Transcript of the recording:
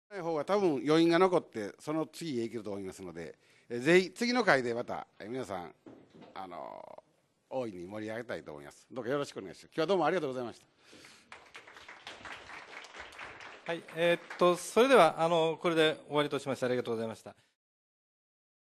方が多分余韻が残ってその次へ行けると思いますので、ぜひ次の回でまた皆さん大いに盛り上げたいと思います。どうかよろしくお願いします。今日はどうもありがとうございました。 はい、それではこれで終わりとしましてありがとうございました。